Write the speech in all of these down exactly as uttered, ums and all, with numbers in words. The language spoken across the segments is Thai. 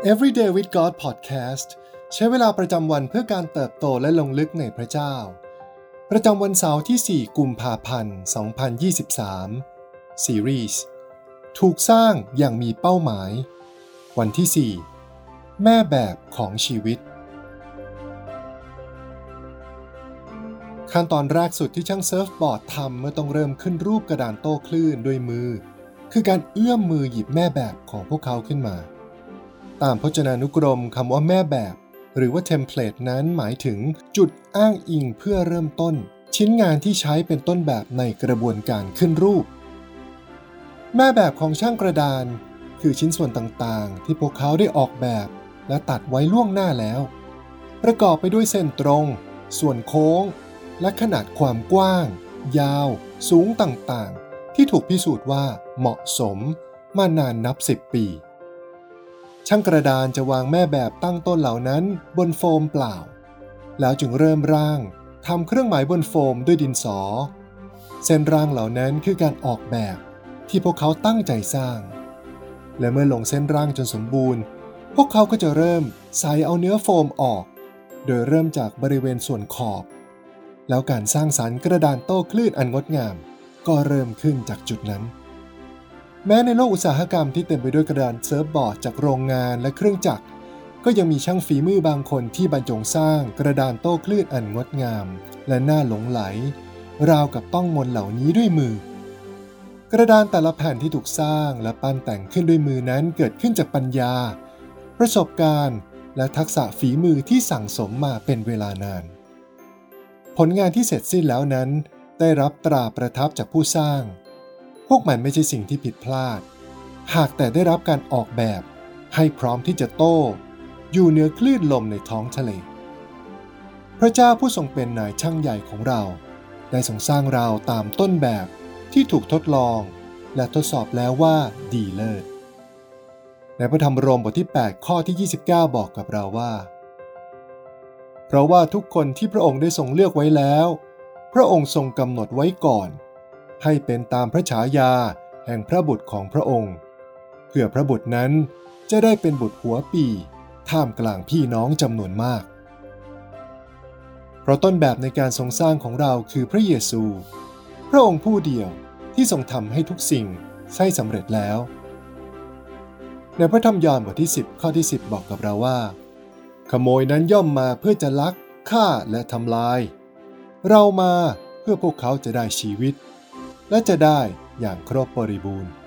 Everyday with God Podcast ใช้เวลาประจำวันเพื่อการเติบโตและลงลึกในพระเจ้าประจำวันเสาร์ที่สี่กุมภาพันธ์สองพันยี่สิบสามซีรีส์ถูกสร้างอย่างมีเป้าหมายวันที่สี่แม่แบบของชีวิตขั้นตอนแรกสุดที่ช่างเซิร์ฟบอร์ดทำเมื่อต้องเริ่มขึ้นรูปกระดานโต้คลื่นด้วยมือคือการเอื้อมมือหยิบแม่แบบของพวกเขาขึ้นมาตามพจนานุกรมคำว่าแม่แบบหรือว่าเทมเพลตนั้นหมายถึงจุดอ้างอิงเพื่อเริ่มต้นชิ้นงานที่ใช้เป็นต้นแบบในกระบวนการขึ้นรูปแม่แบบของช่างกระดานคือชิ้นส่วนต่างๆที่พวกเขาได้ออกแบบและตัดไว้ล่วงหน้าแล้วประกอบไปด้วยเส้นตรงส่วนโค้งและขนาดความกว้างยาวสูงต่างๆที่ถูกพิสูจน์ว่าเหมาะสมมานานนับสิบปีช่างกระดานจะวางแม่แบบตั้งต้นเหล่านั้นบนโฟมเปล่าแล้วจึงเริ่มร่างทำเครื่องหมายบนโฟมด้วยดินสอเส้นร่างเหล่านั้นคือการออกแบบที่พวกเขาตั้งใจสร้างและเมื่อลงเส้นร่างจนสมบูรณ์พวกเขาก็จะเริ่มใส่เอาเนื้อโฟมออกโดยเริ่มจากบริเวณส่วนขอบแล้วการสร้างสรรค์กระดานโต้คลื่นอันงดงามก็เริ่มขึ้นจากจุดนั้นแม้ในโลกอุตสาหกรรมที่เต็มไปด้วยกระดานเซิร์ฟบอร์ดจากโรงงานและเครื่องจักรก็ยังมีช่างฝีมือบางคนที่บรรจงสร้างกระดานโต้คลื่นอันงดงามและน่าหลงไหลราวกับต้องมนต์เหล่านี้ด้วยมือกระดานแต่ละแผ่นที่ถูกสร้างและปั้นแต่งขึ้นด้วยมือนั้นเกิดขึ้นจากปัญญาประสบการณ์และทักษะฝีมือที่สั่งสมมาเป็นเวลานานผลงานที่เสร็จสิ้นแล้วนั้นได้รับตราประทับจากผู้สร้างพวกมันไม่ใช่สิ่งที่ผิดพลาดหากแต่ได้รับการออกแบบให้พร้อมที่จะโต้อยู่เหนือคลื่นลมในท้องทะเลพระเจ้าผู้ทรงเป็นนายช่างใหญ่ของเราได้ทรงสร้างเราตามต้นแบบที่ถูกทดลองและทดสอบแล้วว่าดีเลิศในพระธรรมโรมบทที่แปดข้อที่ยี่สิบเก้าบอกกับเราว่าเพราะว่าทุกคนที่พระองค์ได้ทรงเลือกไว้แล้วพระองค์ทรงกำหนดไว้ก่อนให้เป็นตามพระฉายาแห่งพระบุตรของพระองค์เพื่อพระบุตรนั้นจะได้เป็นบุตรหัวปีท่ามกลางพี่น้องจำนวนมากเพราะต้นแบบในการทรงสร้างของเราคือพระเยซูพระองค์ผู้เดียวที่ทรงทำให้ทุกสิ่งใช่สำเร็จแล้วในพระธรรมยอห์นบทที่สิบข้อที่สิบบอกกับเราว่าขโมยนั้นย่อมมาเพื่อจะลักฆ่าและทำลายเรามาเพื่อพวกเขาจะได้ชีวิตและจะได้อย่างครบบริบูรณ์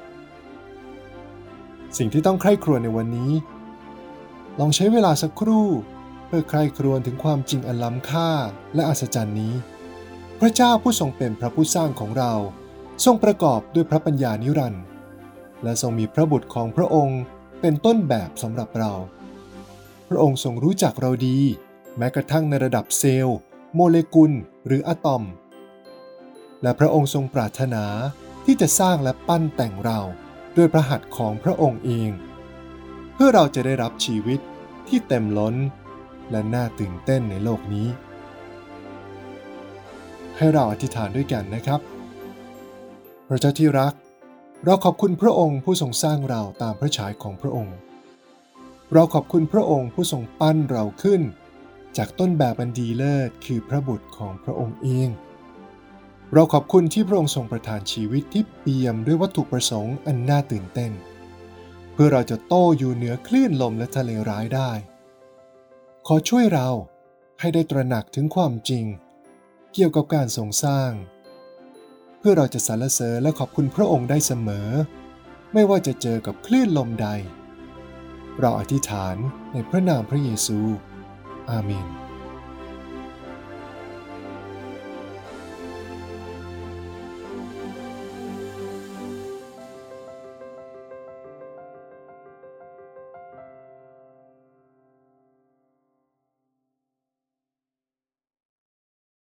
สิ่งที่ต้องใคร่ครวญในวันนี้ลองใช้เวลาสักครู่เพื่อใคร่ครวญถึงความจริงอันล้ำค่าและอัศจรรย์นี้พระเจ้าผู้ทรงเป็นพระผู้สร้างของเราทรงประกอบด้วยพระปัญญานิรันดร์และทรงมีพระบุตรของพระองค์เป็นต้นแบบสำหรับเราพระองค์ทรงรู้จักเราดีแม้กระทั่งในระดับเซลล์โมเลกุลหรืออะตอมและพระองค์ทรงปรารถนาที่จะสร้างและปั้นแต่งเราด้วยพระหัตถ์ของพระองค์เองเพื่อเราจะได้รับชีวิตที่เต็มล้นและน่าตื่นเต้นในโลกนี้ให้เราอธิษฐานด้วยกันนะครับพระเจ้าที่รักเราขอบคุณพระองค์ผู้ทรงสร้างเราตามพระฉายของพระองค์เราขอบคุณพระองค์ผู้ทรงปั้นเราขึ้นจากต้นแบบอันดีเลิศคือพระบุตรของพระองค์เองเราขอบคุณที่พระองค์ทรงประทานชีวิตที่เปี่ยมด้วยวัตถุประสงค์อันน่าตื่นเต้นเพื่อเราจะโต้อยู่เหนือคลื่นลมและทะเลร้ายได้ขอช่วยเราให้ได้ตระหนักถึงความจริงเกี่ยวกับการทรงสร้างเพื่อเราจะสรรเสริญและขอบคุณพระองค์ได้เสมอไม่ว่าจะเจอกับคลื่นลมใดเราอธิษฐานในพระนามพระเยซูอาเมน